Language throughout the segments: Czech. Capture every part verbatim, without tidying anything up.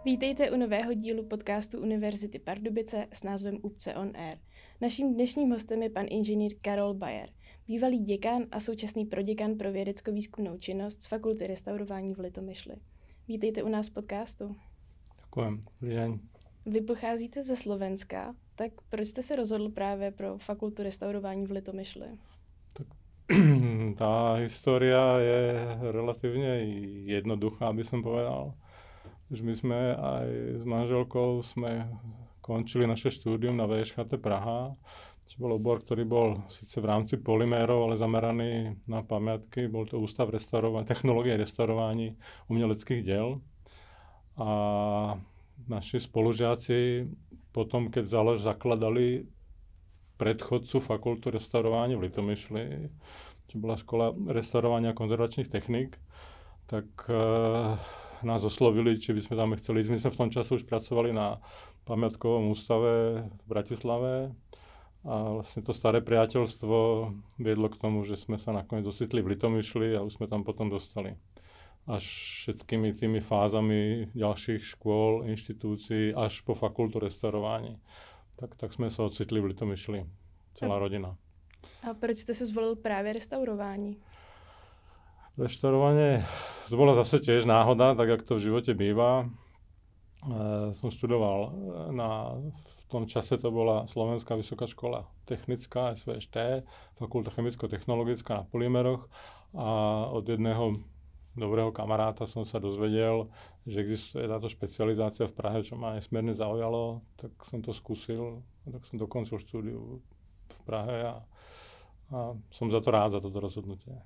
Vítejte u nového dílu podcastu Univerzity Pardubice s názvem U P C E on Air. Naším dnešním hostem je pan inženýr Karol Bayer, bývalý děkan a současný proděkan pro vědecko-výzkumnou činnost z Fakulty restaurování v Litomyšli. Vítejte u nás v podcastu. Děkujem. Dobrý den. Vy pocházíte ze Slovenska, tak proč jste se rozhodl právě pro Fakultu restaurování v Litomyšli? Tak, tá história je relatívne jednoduchá, by som povedal. Už my sme aj s manželkou sme končili naše štúdium na vé š ká té Praha, čo bol obor, ktorý bol síce v rámci polymérov, ale zameraný na pamiatky. Bol to Ústav restaurovania, technológie restaurování umeleckých diel. A naši spolužiaci potom, keď založ zakladali predchodcu Fakultu restaurování v Litomyšli, čo bola škola restaurovania a konzervačných technik, tak e, nás oslovili, či by sme tam chceli ísť. My sme v tom čase už pracovali na pamiatkovom ústave v Bratislave a vlastne to staré priateľstvo viedlo k tomu, že sme sa nakoniec ocitli v Litomyšli a už sme tam potom dostali. Až všetkými tými fázami ďalších škôl, inštitúcií, až po Fakultu restaurování. Tak, tak jsme se ocitli v Litomyšli, celá rodina. A proč jste se zvolil právě restaurování? Restaurovanie, to bola zase tiež náhoda, tak jak to v živote býva. E, som študoval na, v tom čase to bola Slovenská vysoká škola technická, es vé eš té, Fakulta chemicko-technologická na polymeroch a od jedného dobrého kamaráta som sa dozvedel, že existuje táto špecializácia v Prahe, čo ma nesmierne zaujalo, tak som to skúsil, tak som dokončil štúdiu v Prahe a, a som za to rád, za toto rozhodnutie.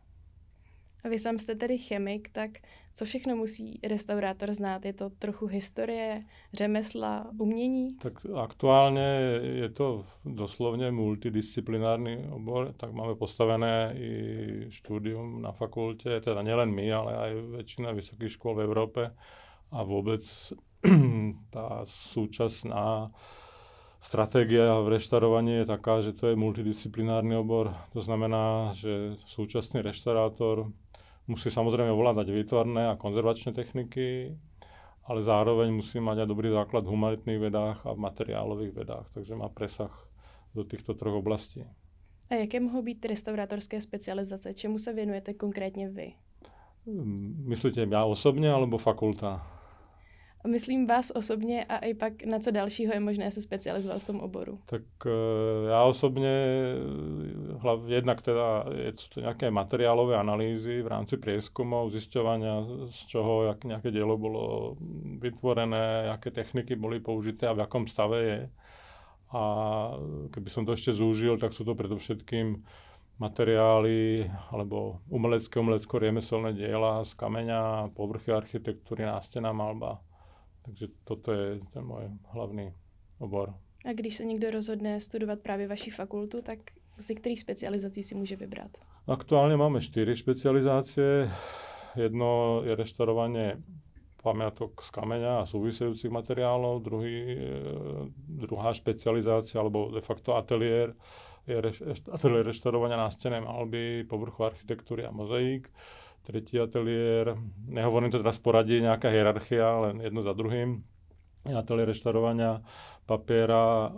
A vy sám jste tedy chemik, tak co všechno musí restaurátor znát? Je to trochu historie, řemesla, umění? Tak aktuálne je to doslovne multidisciplinárny obor, tak máme postavené i štúdium na fakulte, teda nielen my, ale aj väčšina vysokých škôl v Európe a vôbec tá súčasná stratégia v reštaurovaní je taká, že to je multidisciplinárny obor. To znamená, že súčasný reštaurátor musí samozrejme ovládať výtvarné a konzervačné techniky, ale zároveň musí mať aj dobrý základ v humanitných vedách a v materiálových vedách, takže má presah do týchto troch oblastí. A jaké mohou být restaurátorské specializace? Čemu se věnujete konkrétně vy? Myslíte ja osobně, alebo fakulta? Myslím vás osobně a i pak na co dalšího je možné se specializovat v tom oboru. Tak ja osobne, hlavne jednak teda je to nejaké materiálové analýzy v rámci prieskumov, zisťovania z čoho jak nejaké dielo bolo vytvorené, aké techniky boli použité a v akom stave je. A keby som to ešte zúžil, tak sú to predovšetkým materiály alebo umelecké, umelecko-riemeselné diela z kameňa, povrchy architektúry, nástená malba. Takže toto je ten môj hlavný obor. A když se někdo rozhodne studovat právě vaši fakultu, tak z kterých specializací si může vybrat? Aktuálne máme štyri špecializácie. Jedno je reštaurovanie pamiatok z kameňa a súvisejúcich materiálov. Druhý, druhá špecializácia, alebo de facto ateliér, je reš, ateliér reštaurovania nástenej malby, povrchu architektúry a mozaík. Tretí ateliér, nehovorím to teraz poradí, nejaká hierarchia, len jedno za druhým. Ateliér reštaurovania papiera,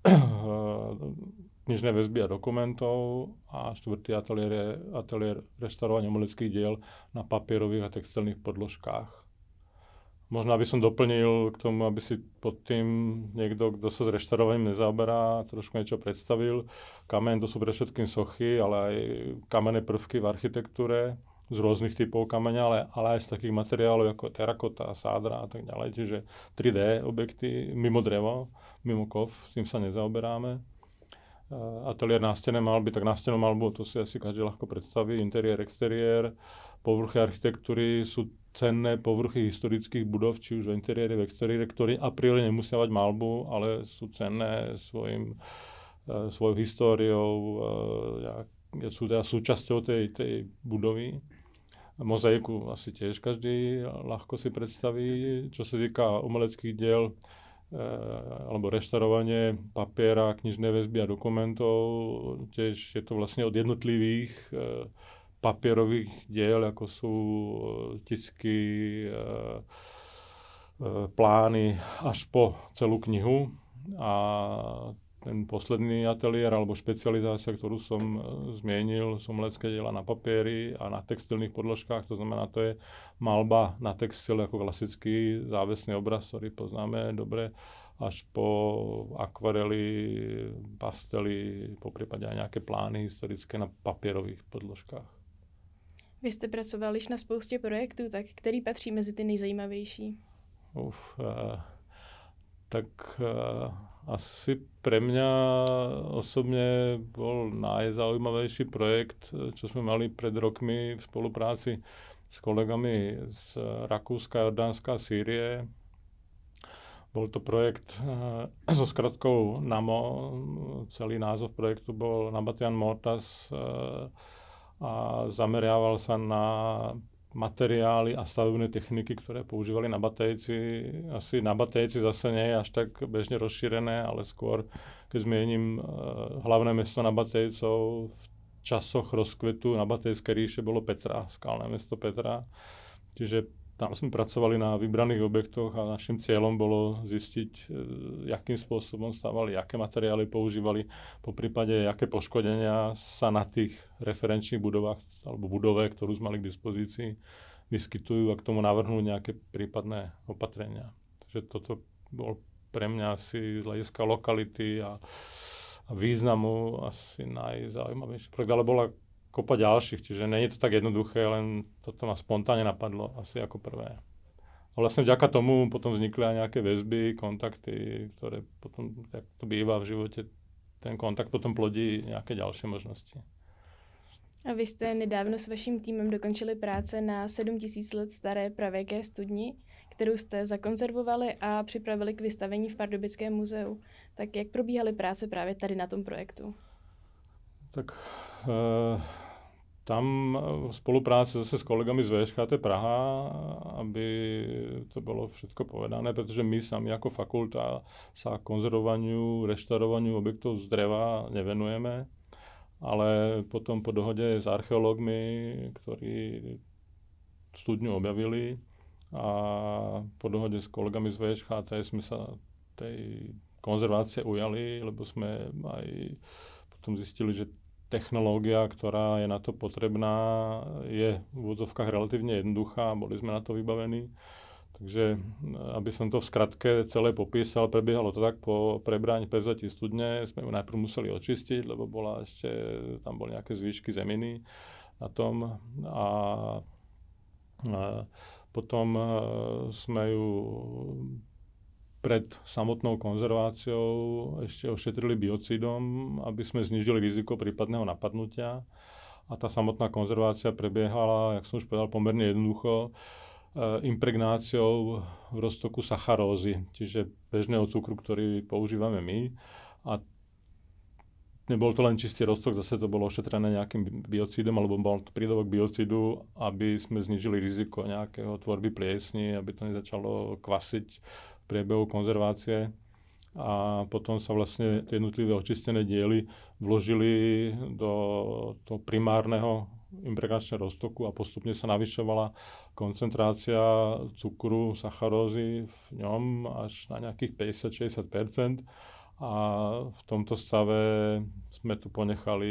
knižné väzby a dokumentov a štvrtý ateliér je ateliér reštaurovania umeleckých diel na papierových a textilných podložkách. Možno aby som doplnil k tomu, aby si pod tým niekto, kto sa s reštaurovaním nezaoberá, trošku niečo predstavil. Kameň, to sú pre všetkým sochy, ale aj kamenné prvky v architektúre z rôznych typov kameňa, ale, ale aj z takých materiálov ako terakota, sádra a tak ďalej. Čiže tri dé objekty mimo drevo, mimo kov, s tým sa nezaoberáme. Ateliér nástené malby, tak nástenú malbu, to si asi každý ľahko predstaví, interiér, exteriér. Povrchy architektúry sú cenné povrchy historických budov, či už v interiéri, v exteriéri, ktorí a priori nemusia mať malbu, ale sú cenné svojim, svojou históriou, sú teda súčasťou tej, tej budovy. Mozaiku asi tiež každý ľahko si predstaví. Čo sa týka umeleckých diel, alebo reštaurovanie papiera, knižné väzby a dokumentov, tiež je to vlastne od jednotlivých papierových diel, ako sú tisky, plány až po celú knihu. A ten posledný ateliér alebo špecializácia, ktorú som zmienil, sú umelecké diela na papieri a na textilných podložkách. To znamená, to je malba na textil ako klasický závesný obraz, ktorý poznáme dobre, až po akvarely, pastely, poprípade aj nejaké plány historické na papierových podložkách. Vy jste pracoval již na spoustě projektů, tak který patří mezi ty nejzajímavější? Uf, uh, tak uh, asi pre mňa osobne bol najzaujímavejší projekt, čo sme mali pred rokmi v spolupráci s kolegami z Rakúska, Jordánska a Sýrie. Bol to projekt uh, so skratkou NAMO. Celý názov projektu bol Nabataean Mortars uh, a zameriaval sa na materiály a stavebné techniky, ktoré používali Nabatejci. Asi Nabatejci zase nie je až tak bežne rozšírené, ale skôr, keď zmiením hlavné mesto Nabatejcov, v časoch rozkvetu Nabatejskej ríše bolo Petra, skalné mesto Petra. Čiže tam sme pracovali na vybraných objektoch a našim cieľom bolo zistiť, jakým spôsobom stavali, aké materiály používali, poprípade, aké poškodenia sa na tých referenčných budovách alebo budove, ktorú sme mali k dispozícii, vyskytujú a k tomu navrhnúť nejaké prípadné opatrenia. Takže toto bol pre mňa asi z hľadiska lokality a, a významu asi najzaujímavejší projekt, ale bola kopa ďalších, čiže nie je to tak jednoduché, len toto ma spontánne napadlo asi ako prvé. A vlastne vďaka tomu potom vznikli aj nejaké väzby, kontakty, ktoré potom, jak to býva v živote, ten kontakt potom plodí nejaké ďalšie možnosti. A vy jste nedávno s vaším týmem dokončili práce na sedm tisíc let staré pravěké studni, kterou jste zakonzervovali a připravili k vystavení v Pardubickém muzeu. Tak jak probíhaly práce právě tady na tom projektu? Tak e, tam spolupráce zase s kolegami z vé eš ká té Praha, aby to bolo všetko povedané, pretože my sami ako fakulta sa konzervovaniu, reštaurovaniu objektov z dreva nevenujeme, ale potom po dohode s archeológmi, ktorí studňu objavili, a po dohode s kolegami z vé eš ká té sme sa tej konzervácie ujali, lebo sme aj potom zistili, že technológia, ktorá je na to potrebná, je v úvodzovkách relatívne jednoduchá, boli sme na to vybavení. Takže, aby som to v skratke celé popísal, prebiehalo to tak, po prebraní prevzatí studne sme ju najprv museli očistiť, lebo bola ešte, tam boli nejaké zvýšky zeminy na tom. A, a potom sme ju pred samotnou konzerváciou ešte ošetrili biocídom, aby sme znížili riziko prípadného napadnutia. A tá samotná konzervácia prebiehala, jak som už povedal, pomerne jednoducho, impregnáciou v roztoku sacharózy, čiže bežného cukru, ktorý používame my. A nebol to len čistý roztok, zase to bolo ošetrené nejakým biocídom, alebo bol to prídavok biocídu, aby sme znížili riziko nejakého tvorby pliesni, aby to nezačalo kvasiť v priebehu konzervácie. A potom sa vlastne tie jednotlivé očistené diely vložili do toho primárneho impregnačného roztoku a postupne sa navyšovala koncentrácia cukru, sacharózy v ňom až na nejakých päťdesiat až šesťdesiat percent. A v tomto stave sme tu ponechali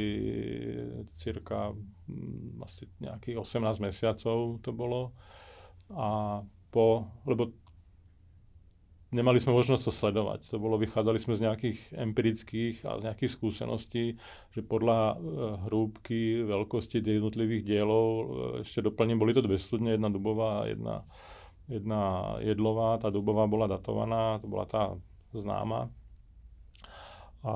cirka asi nejakých osemnásť mesiacov to bolo. A po, lebo nemali sme možnosť to sledovať. To bolo, vychádzali sme z nejakých empirických a z nejakých skúseností, že podľa hrúbky, veľkosti jednotlivých dielov, ešte doplním, boli to dve studne, jedna dubová a jedna, jedna jedlová. Tá dubová bola datovaná, to bola tá známa. A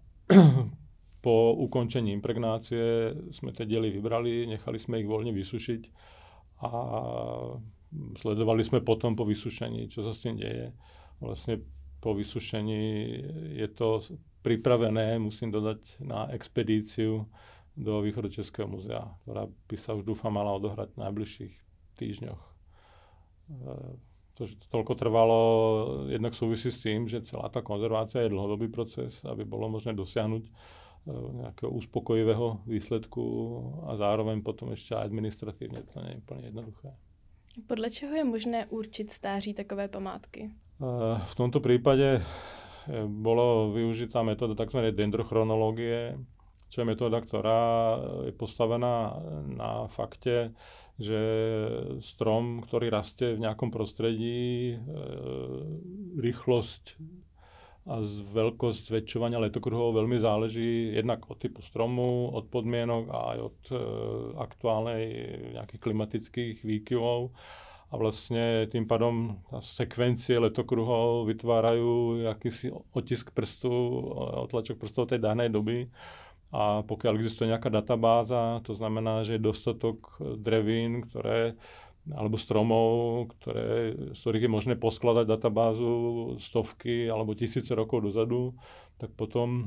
po ukončení impregnácie sme tie diely vybrali, nechali sme ich voľne vysušiť a sledovali sme potom po vysušení, čo sa s tým deje. Vlastne po vysušení je to pripravené, musím dodať, na expedíciu do Východočeského muzea, ktorá by sa už dúfam mala odohrať v najbližších týždňoch. To, že to toľko trvalo, jednak súvisí s tým, že celá tá konzervácia je dlhodobý proces, aby bolo možné dosiahnuť nejakého uspokojivého výsledku a zároveň potom ešte administratívne to nie je úplne jednoduché. Podle čeho je možné určit stáří takové památky? V tomto prípade bolo využitá metóda tzv. Dendrochronológie, čo je metóda, ktorá je postavená na fakte, že strom, ktorý rastie v nejakom prostredí, rýchlosť a veľkosť zväčšovania letokruhov veľmi záleží jednak od typu stromu, od podmienok a aj od aktuálnej nejakých klimatických výkyvov. A vlastne tým pádom sekvencie letokruhov vytvárajú akýsi otisk prstu, otlačok prstov tej danej doby. A pokiaľ existuje nejaká databáza, to znamená, že je dostatok drevín, ktoré, alebo stromov, ktoré, z ktorých je možné poskladať databázu stovky alebo tisíce rokov dozadu, tak potom e,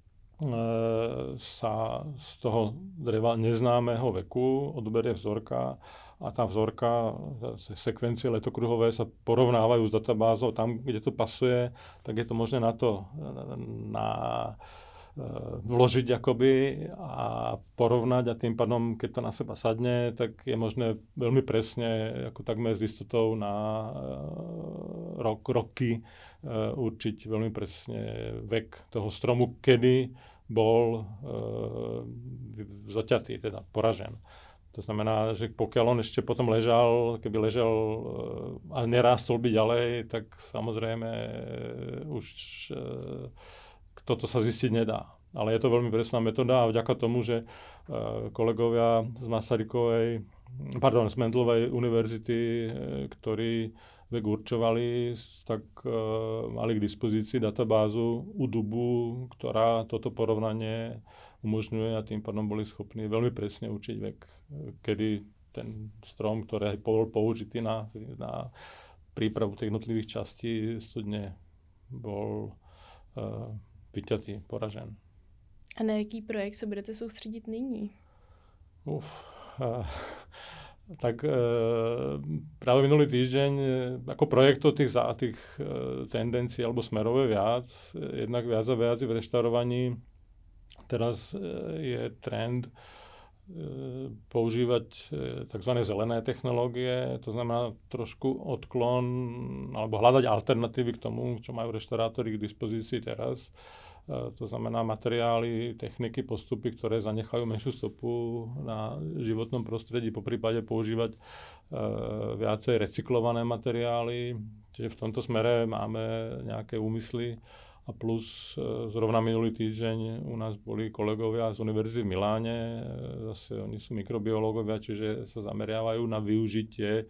sa z toho dreva neznámeho veku odberie vzorka a tá vzorka, sekvencie letokruhové sa porovnávajú s databázou. Tam, kde to pasuje, tak je to možné na to na, vložiť akoby a porovnať a tým pádom, keď to na seba sadne, tak je možné veľmi presne, ako takmer s istotou na rok, roky určiť veľmi presne vek toho stromu, kedy bol zaťatý, teda poražen. To znamená, že pokiaľ on ešte potom ležal, keby ležal a nerástol by ďalej, tak samozrejme už toto sa zistiť nedá. Ale je to veľmi presná metóda a vďaka tomu, že kolegovia z Masarykovej, pardon, z Mendelovej univerzity, ktorí vek určovali, tak mali k dispozícii databázu U D U B U, ktorá toto porovnanie umožňuje a tým pádom boli schopní veľmi presne určiť vek, kedy ten strom, ktorý bol použitý na, na prípravu tých jednotlivých častí studne, bol uh, vyťatý, poražen. A na jaký projekt se budete soustředit nyní? Uf, uh, tak uh, práve minulý týždeň ako projektov tých, tých uh, tendencií alebo smerov je viac, jednak viac a viac v reštaurovaní. Teraz je trend používať tzv. Zelené technológie, to znamená trošku odklon alebo hľadať alternatívy k tomu, čo majú reštaurátori k dispozícii teraz. To znamená materiály, techniky, postupy, ktoré zanechajú menšiu stopu na životnom prostredí, poprípade používať viacej recyklované materiály. Čiže v tomto smere máme nejaké úmysly. A plus zrovna minulý týždeň u nás boli kolegovia z univerzity v Miláne, zase oni sú mikrobiológovia, čiže sa zameriavajú na využitie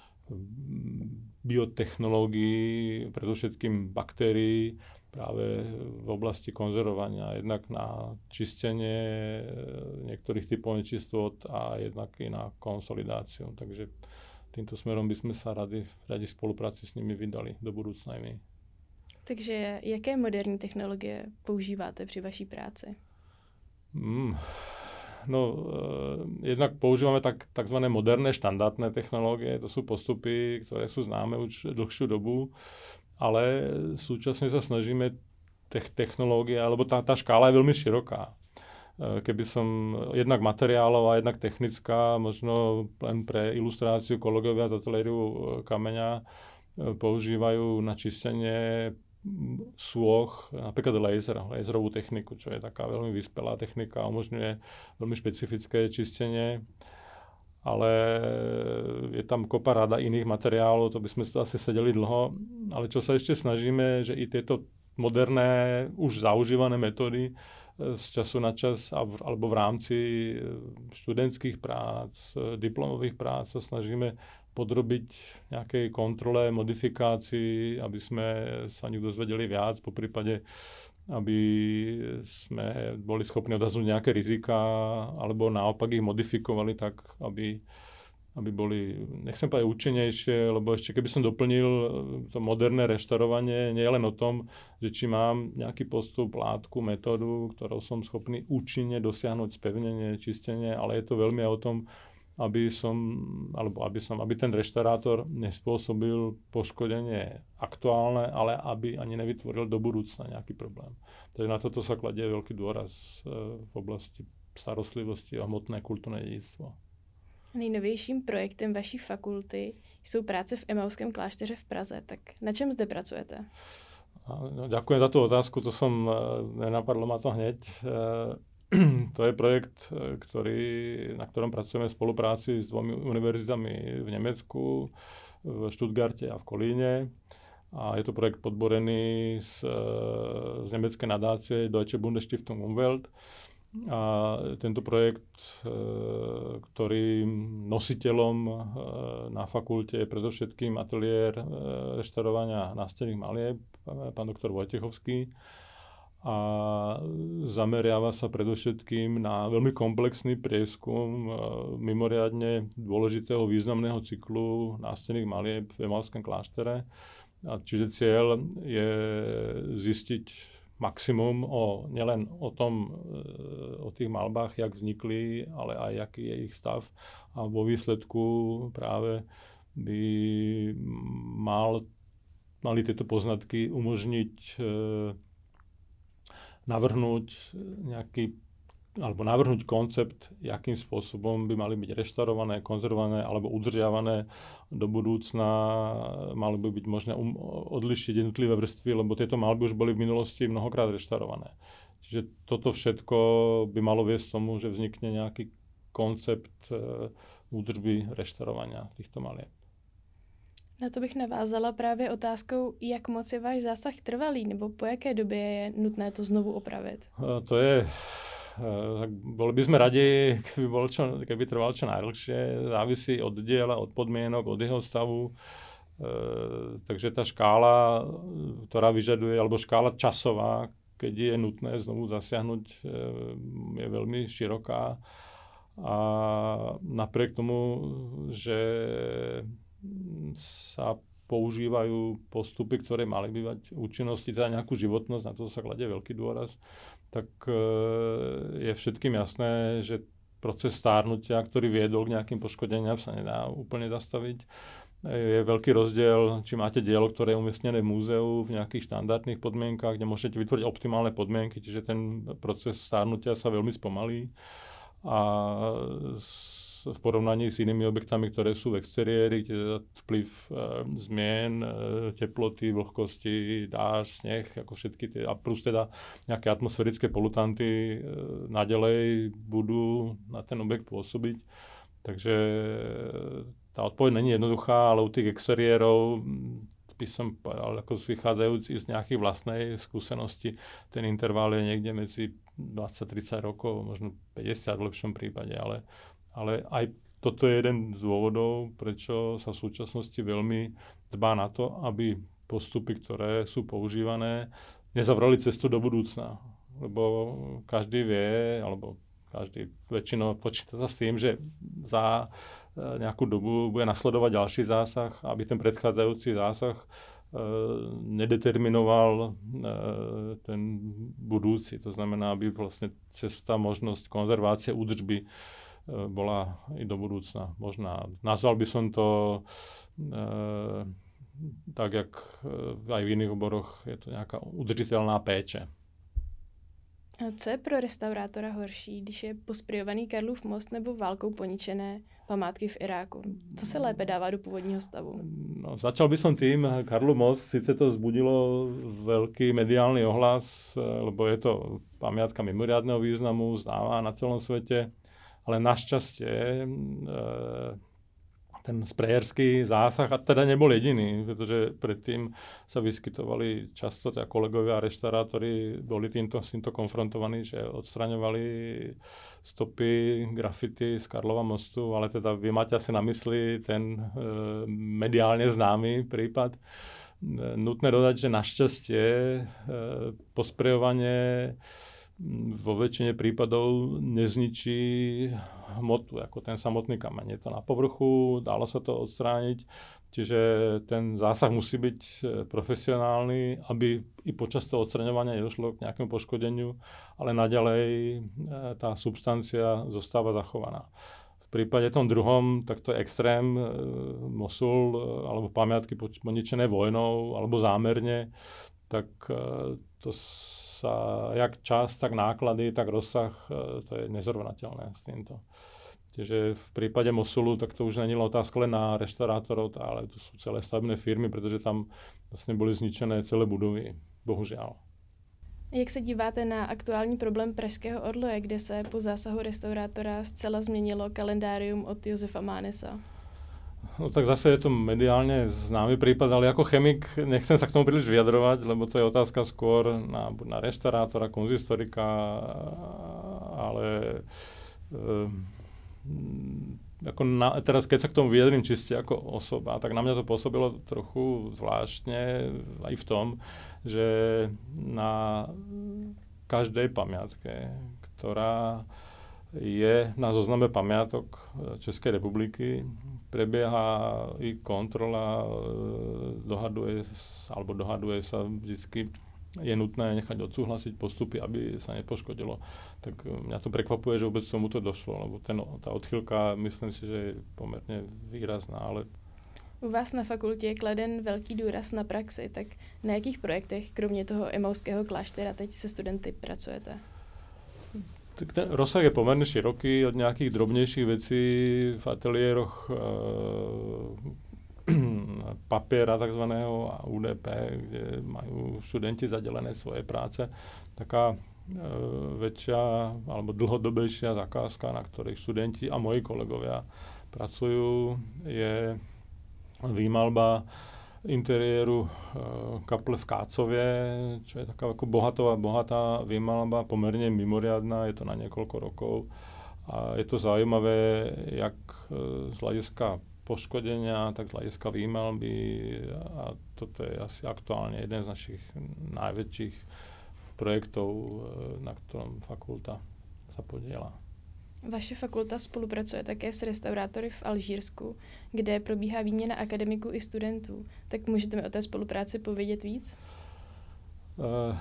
biotechnológií, predovšetkým baktérií, práve v oblasti konzervovania, jednak na čistenie niektorých typov nečistôt a jednak i na konsolidáciu. Takže týmto smerom by sme sa radi, radi v spolupráci s nimi vydali do budúcna my. Takže jaké moderní technologie používáte při vaší práci? Mm, no, eh, jednak používame tak, takzvané moderné štandardné technológie. To sú postupy, ktoré sú známe už dlhšiu dobu, ale súčasne sa snažíme tech, technológie, alebo tá, tá škála je veľmi široká. Eh, keby som jednak materiálová, jednak technická, možno len pre ilustráciu kolegovia z ateliéru Kameňa eh, používajú na čistenie sôch, napríklad laser, laserovú techniku, čo je taká veľmi vyspelá technika, umožňuje veľmi špecifické čistenie, ale je tam kopa rada iných materiálov, to by sme to asi sedeli dlho, ale čo sa ešte snažíme, že i tieto moderné, už zaužívané metódy z času na čas alebo v rámci študentských prác, diplomových prác sa snažíme podrobiť nejakej kontrole, modifikácii, aby sme sa nich dozvedeli viac, po prípade, aby sme boli schopní odhadnúť nejaké rizika, alebo naopak ich modifikovali tak, aby, aby boli, nechcem povedať, účinnejšie, lebo ešte keby som doplnil to moderné reštaurovanie, nie je len o tom, že či mám nejaký postup, látku, metódu, ktorou som schopný účinne dosiahnuť spevnenie, čistenie, ale je to veľmi o tom, aby som, alebo aby som, aby ten reštaurátor nespôsobil poškodenie aktuálne, ale aby ani nevytvoril do budúcna nejaký problém. Takže na toto sa kladie veľký dôraz v oblasti starostlivosti a hmotné kulturné dedičstvo. Nejnovějším projektem vaší fakulty jsou práce v Emauském klášteře v Praze. Tak na čem zde pracujete? No, ďakujem za tú otázku, to som, nenapadlo ma to hneď. To je projekt, ktorý, na ktorom pracujeme v spolupráci s dvomi univerzitami v Nemecku, v Stuttgarte a v Kolíne. A je to projekt podporený z, z nemecké nadácie Deutsche Bundesstiftung Umwelt. A tento projekt, ktorým nositeľom na fakulte je predovšetkým ateliér reštaurovania nástenných malieb, pán doktor Vojtechovský. A zameriava sa predovšetkým na veľmi komplexný prieskum mimoriadne dôležitého významného cyklu nástenných malieb v Emauskom kláštere. A čiže cieľ je zistiť maximum o, nielen o tom, o tých malbách, jak vznikli, ale aj aký je ich stav. A vo výsledku práve by mal, mali tieto poznatky umožniť e, navrhnúť nejaký alebo navrhnúť koncept, jakým spôsobom by mali byť reštaurované, konzervované alebo udržiavané do budúcna. Mali by byť možné um, odlišiť jednotlivé vrstvy, lebo tieto malby už boli v minulosti mnohokrát reštaurované. Čiže toto všetko by malo viesť tomu, že vznikne nejaký koncept e, údržby reštaurovania týchto malieb. Na to bych navázala právě otázkou, jak moc je váš zásah trvalý, nebo po jaké době je nutné to znovu opravit? E, to je... Tak boli by sme radi, keby, bol čo, keby trval čo najdlhšie. Závisí od diela, od podmienok, od jeho stavu. E, takže tá škála, ktorá vyžaduje, alebo škála časová, keď je nutné znovu zasiahnuť, e, je veľmi široká. A napriek tomu, že sa používajú postupy, ktoré mali by mať účinnosti, teda nejakú životnosť, na to sa kladie veľký dôraz, tak je všetkým jasné, že proces stárnutia, ktorý viedol k nejakým poškodeniam, sa nedá úplne zastaviť. Je veľký rozdiel, či máte dielo, ktoré je umiestnené v múzeu v nejakých štandardných podmienkach, kde môžete vytvoriť optimálne podmienky, čiže ten proces stárnutia sa veľmi spomalí. A v porovnaní s inými objektami, ktoré sú v exteriéri, kde vplyv e, zmien, e, teploty, vlhkosti, dážď, sneh, ako všetky tie, a plus teda nejaké atmosférické polutanty e, naďalej budú na ten objekt pôsobiť. Takže tá odpoveď není jednoduchá, ale u tých exteriérov by som povedal, ako vychádzajúci z nejakých vlastnej skúsenosti, ten interval je niekde medzi dvadsať tridsať rokov, možno päťdesiat v lepšom prípade, ale Ale aj toto je jeden z dôvodov, prečo sa v súčasnosti veľmi dbá na to, aby postupy, ktoré sú používané, nezavrali cestu do budúcna. Lebo každý vie, alebo každý väčšinou počíta sa s tým, že za nejakú dobu bude nasledovať ďalší zásah, aby ten predchádzajúci zásah nedeterminoval ten budúci. To znamená, aby vlastne cesta, možnosť konzervácie, údržby bola i do budúcna možná. Nazval by som to e, tak, jak aj v iných oboroch je to nejaká udržiteľná péče. A co je pro restaurátora horší, když je posprejovaný Karlův most nebo válkou poničené památky v Iráku? Co se lépe dává do původního stavu? No, začal by som tým, Karlov most, síce to vzbudilo veľký mediálny ohlas, lebo je to pamiatka mimoriadneho významu, známa na celom svete, ale našťastie e, ten sprejerský zásah, a teda nebol jediný, pretože predtým sa vyskytovali často teda kolegovia a reštaurátori boli týmto, s týmto konfrontovaní, že odstraňovali stopy, grafity z Karlova mostu, ale teda vy máte asi na mysli ten e, mediálne známy prípad. E, nutné dodať, že našťastie e, posprejovanie vo väčšine prípadov nezničí hmotu, ako ten samotný kameň. Je to na povrchu, dalo sa to odstrániť, čiže ten zásah musí byť profesionálny, aby i počas toho odstraňovania nedošlo k nejakému poškodeniu, ale naďalej tá substancia zostáva zachovaná. V prípade tom druhom, tak to je extrém, Mosul alebo pamiatky poničené vojnou alebo zámerne, tak to sa jak čas, tak náklady, tak rozsah, to je nezrovnateľné s týmto. Čiže v prípade Mosulu, tak to už není otázka len na reštaurátorov, ale to sú celé stavebné firmy, pretože tam vlastne boli zničené celé budovy, bohužiaľ. Jak se díváte na aktuální problém Pražského orloje, kde se po zásahu restaurátora zcela změnilo kalendárium od Josefa Mánesa? No tak zase je to mediálne známy prípad, ale ako chemik nechcem sa k tomu príliš vyjadrovať, lebo to je otázka skôr na, na reštaurátora, konzistorika, ale e, ako na, teraz keď sa k tomu vyjadrím čiste ako osoba, tak na mňa to pôsobilo trochu zvláštne aj v tom, že na každej pamiatke, ktorá je na zozname pamiatok Českej republiky, prebieha i kontrola, dohaduje, alebo dohaduje sa vždycky, je nutné nechať odsúhlasiť postupy, aby sa nepoškodilo. Tak mňa to prekvapuje, že vôbec tomuto došlo, lebo ten, tá odchylka, myslím si, že je pomerne výrazná, ale u vás na fakultě je kladen velký důraz na praxi, tak na jakých projektech, kromě toho Emauského kláštera, teď se studenty pracujete? Tak ten rozsah je pomerne široký, od nejakých drobnejších vecí v ateliéroch e, papiera takzvaného a U D P, kde majú študenti zadelené svoje práce. Taká e, väčšia alebo dlhodobejšia zakázka, na ktorej študenti a moji kolegovia pracujú, je výmalba interiéru e, kaple v Kácovie, čo je taká ako bohatová, bohatá výmalba, pomerne mimoriadná, je to na niekoľko rokov. A je to zaujímavé, jak e, z hľadiska poškodenia, tak z hľadiska výmalby, a toto je asi aktuálne jeden z našich najväčších projektov, e, na ktorom fakulta sa podieľa. Vaše fakulta spolupracuje také s restaurátory v Alžírsku, kde probíhá výměna akademiků i studentů. Tak můžete mi o té spolupráci povědět víc? Uh,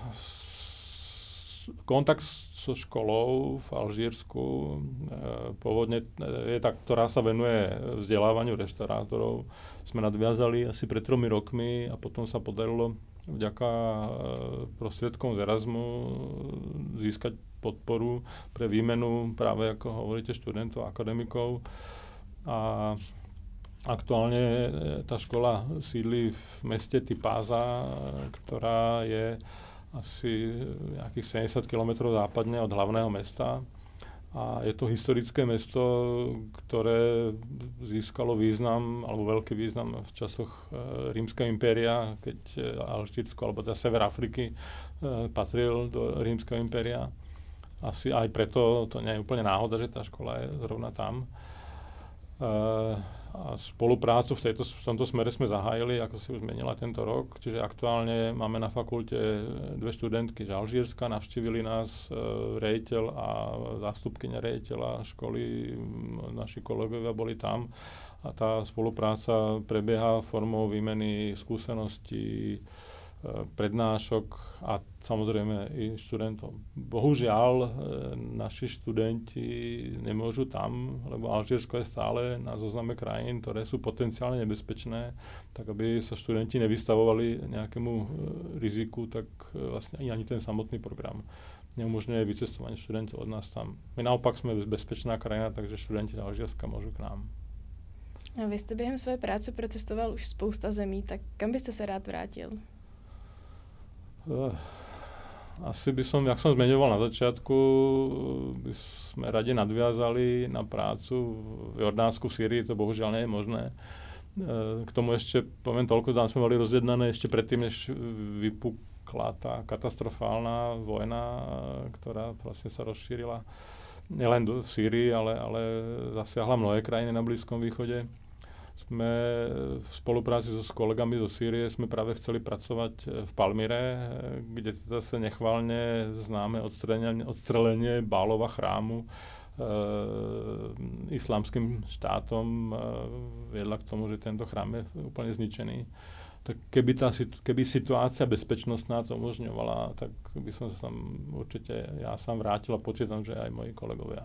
kontakt so školou v Alžírsku uh, pôvodne je tá, ktorá sa venuje vzdelávaniu reštaurátorov. Sme nadviazali asi pred tromi rokmi a potom sa podarilo vďaka prostriedkom z Erasmu získať podporu pre výmenu práve, ako hovoríte, študentov, akademikov. A aktuálne tá škola sídli v meste Tipáza, ktorá je asi nejakých sedemdesiat kilometrov západne od hlavného mesta. A je to historické mesto, ktoré získalo význam, alebo veľký význam v časoch e, Rímskeho impéria, keď e, Alžírsko, alebo teda sever Afriky e, patril do Rímskeho impéria. Asi aj preto to nie je úplne náhoda, že tá škola je zrovna tam. E, a spoluprácu v, tejto, v tomto smere sme zahájili, ako si už zmenila tento rok. Čiže aktuálne máme na fakulte dve študentky z Alžírska, navštívili nás e, riaditeľ a zástupkyňa riaditeľa školy, naši kolegovia boli tam a tá spolupráca prebieha formou výmeny skúseností, e, prednášok a samozrejme i študentov. Bohužiaľ, e, naši študenti nemôžu tam, lebo Alžírsko je stále na zozname krajín, ktoré sú potenciálne nebezpečné, tak aby sa študenti nevystavovali nejakému e, riziku, tak e, vlastne ani ten samotný program neumožňuje vycestovanie študentov od nás tam. My naopak sme bezpečná krajina, takže študenti z Alžírska môžu k nám. A vy jste během své práce procestoval už spousta zemí, tak kam byste se rád vrátil? Asi by som, jak som zmeňoval na začiatku, by sme radi nadviazali na prácu v Jordánsku, v Sýrii, to bohužiaľ nie je možné. K tomu ešte poviem toľko, tam sme mali rozjednané ešte predtým, než vypukla tá katastrofálna vojna, ktorá vlastne sa rozšírila nielen v Sýrii, ale, ale zasiahla mnohé krajiny na Blízkom východe. Sme v spolupráci so s kolegami zo Sýrie sme práve chceli pracovať v Palmyre, kde zase nechválne známe odstrelenie, odstrelenie Bálova chrámu e, islamským štátom e, viedla k tomu, že tento chrám je úplne zničený. Tak keby, tá, keby situácia bezpečnostná to umožňovala, tak by som sa tam určite ja sám vrátil a počítam, že aj moji kolegovia.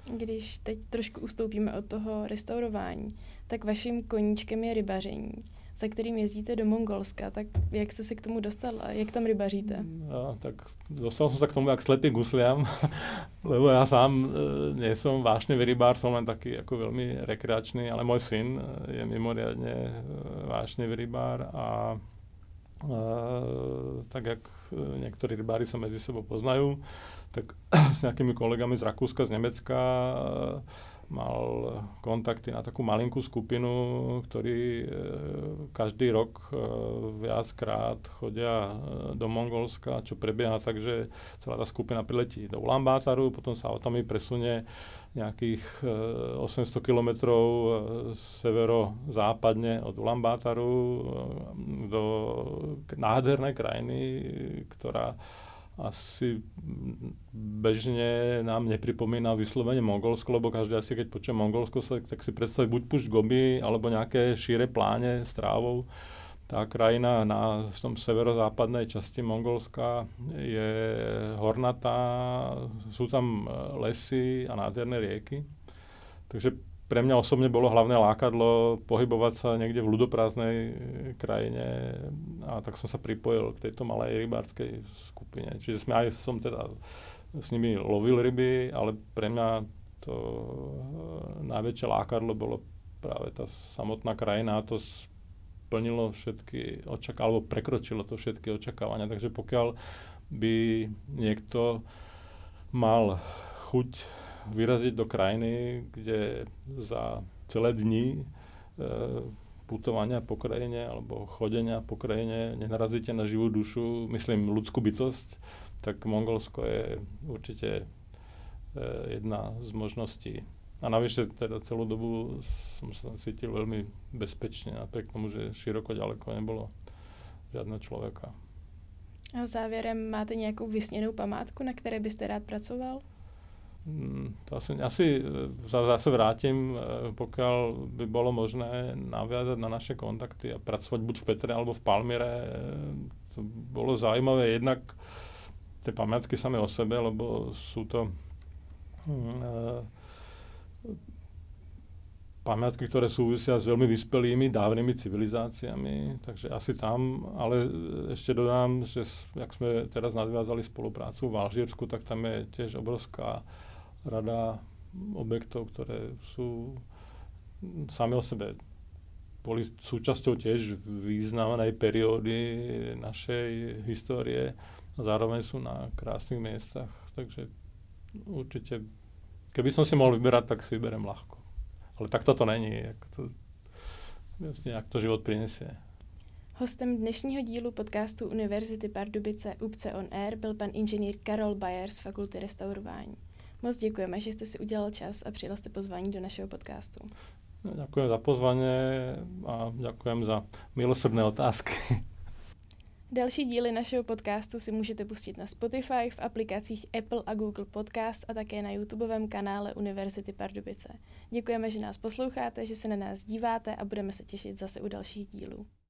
Když teď trošku ustoupíme od toho restaurování, tak vaším koníčkem je rybaření. se kterým jezdíte do Mongolska. Tak jak jste se k tomu dostal a jak tam rybaříte? No, tak dostal som sa k tomu jak slepý gusliam, lebo ja sám e, nie som vášnivý rybár, som len taký ako veľmi rekreačný, ale môj syn je mimoriadne e, vášnivý rybár a e, tak jak niektorí rybári sa medzi sebou poznajú, tak s nejakými kolegami z Rakúska, z Nemecka mal kontakty na takú malinkú skupinu, ktorí e, každý rok e, viackrát chodia e, do Mongolska, čo prebieha tak, že celá tá skupina priletí do Ulaanbaataru, potom sa autami presunie nejakých e, osemsto kilometrov e, severo-západne od Ulaanbaataru e, do nádhernej krajiny, ktorá asi bežne nám nepripomína vyslovene Mongolsko, lebo každý asi, keď počuje Mongolsko, tak si predstaví buď púšť Gobi, alebo nejaké šíre pláne s trávou. Tá krajina na v tom severozápadnej časti Mongolska je hornatá, sú tam lesy a nádherné rieky. Takže pre mňa osobne bolo hlavné lákadlo pohybovať sa niekde v ľudoprázdnej krajine a tak som sa pripojil k tejto malej rybárskej skupine. Čiže sme aj som teda s nimi lovil ryby, ale pre mňa to najväčšie lákadlo bolo práve tá samotná krajina a to splnilo všetky očakávania, alebo prekročilo to všetky očakávania. Takže pokiaľ by niekto mal chuť vyraziť do krajiny, kde za celé dni e, putovania po krajine alebo chodenia po krajine nenarazíte na živú dušu, myslím ľudskú bytosť, tak Mongolsko je určite e, jedna z možností. A navyše teda celú dobu som sa cítil veľmi bezpečne, napriek tomu, že široko ďaleko nebolo žiadneho človeka. A závěrem máte nějakou vysněnou památku, na které byste rád pracoval? Hmm, to asi, asi zase vrátim, pokiaľ by bolo možné naviazať na naše kontakty a pracovať buď v Petre alebo v Palmyre. To bolo zaujímavé jednak tie pamiatky samé o sebe, lebo sú to hmm, pamiatky, ktoré súvisia s veľmi vyspelými dávnymi civilizáciami, takže asi tam, ale ešte dodám, že jak sme teraz nadviazali spoluprácu v Alžírsku, tak tam je tiež obrovská rada objektov, ktoré sú sami o sebe boli súčasťou tiež významnej periódy našej histórie a zároveň sú na krásnych miestach, takže určite, keby som si mohol vyberať, tak si vyberem ľahko. Ale tak to není, jak to, jak to život prinesie. Hostem dnešního dílu podcastu Univerzity Pardubice U P C E on Air byl pan inženýr Karol Bayer z Fakulty restaurování. Moc děkujeme, že jste si udělal čas a přijal jste pozvání do našeho podcastu. Ďakujem za pozvanie a ďakujem za milosrdné otázky. Další díly našeho podcastu si můžete pustit na Spotify, v aplikacích Apple a Google Podcast a také na YouTubeovém kanále Univerzity Pardubice. Děkujeme, že nás posloucháte, že se na nás díváte a budeme se těšit zase u dalších dílů.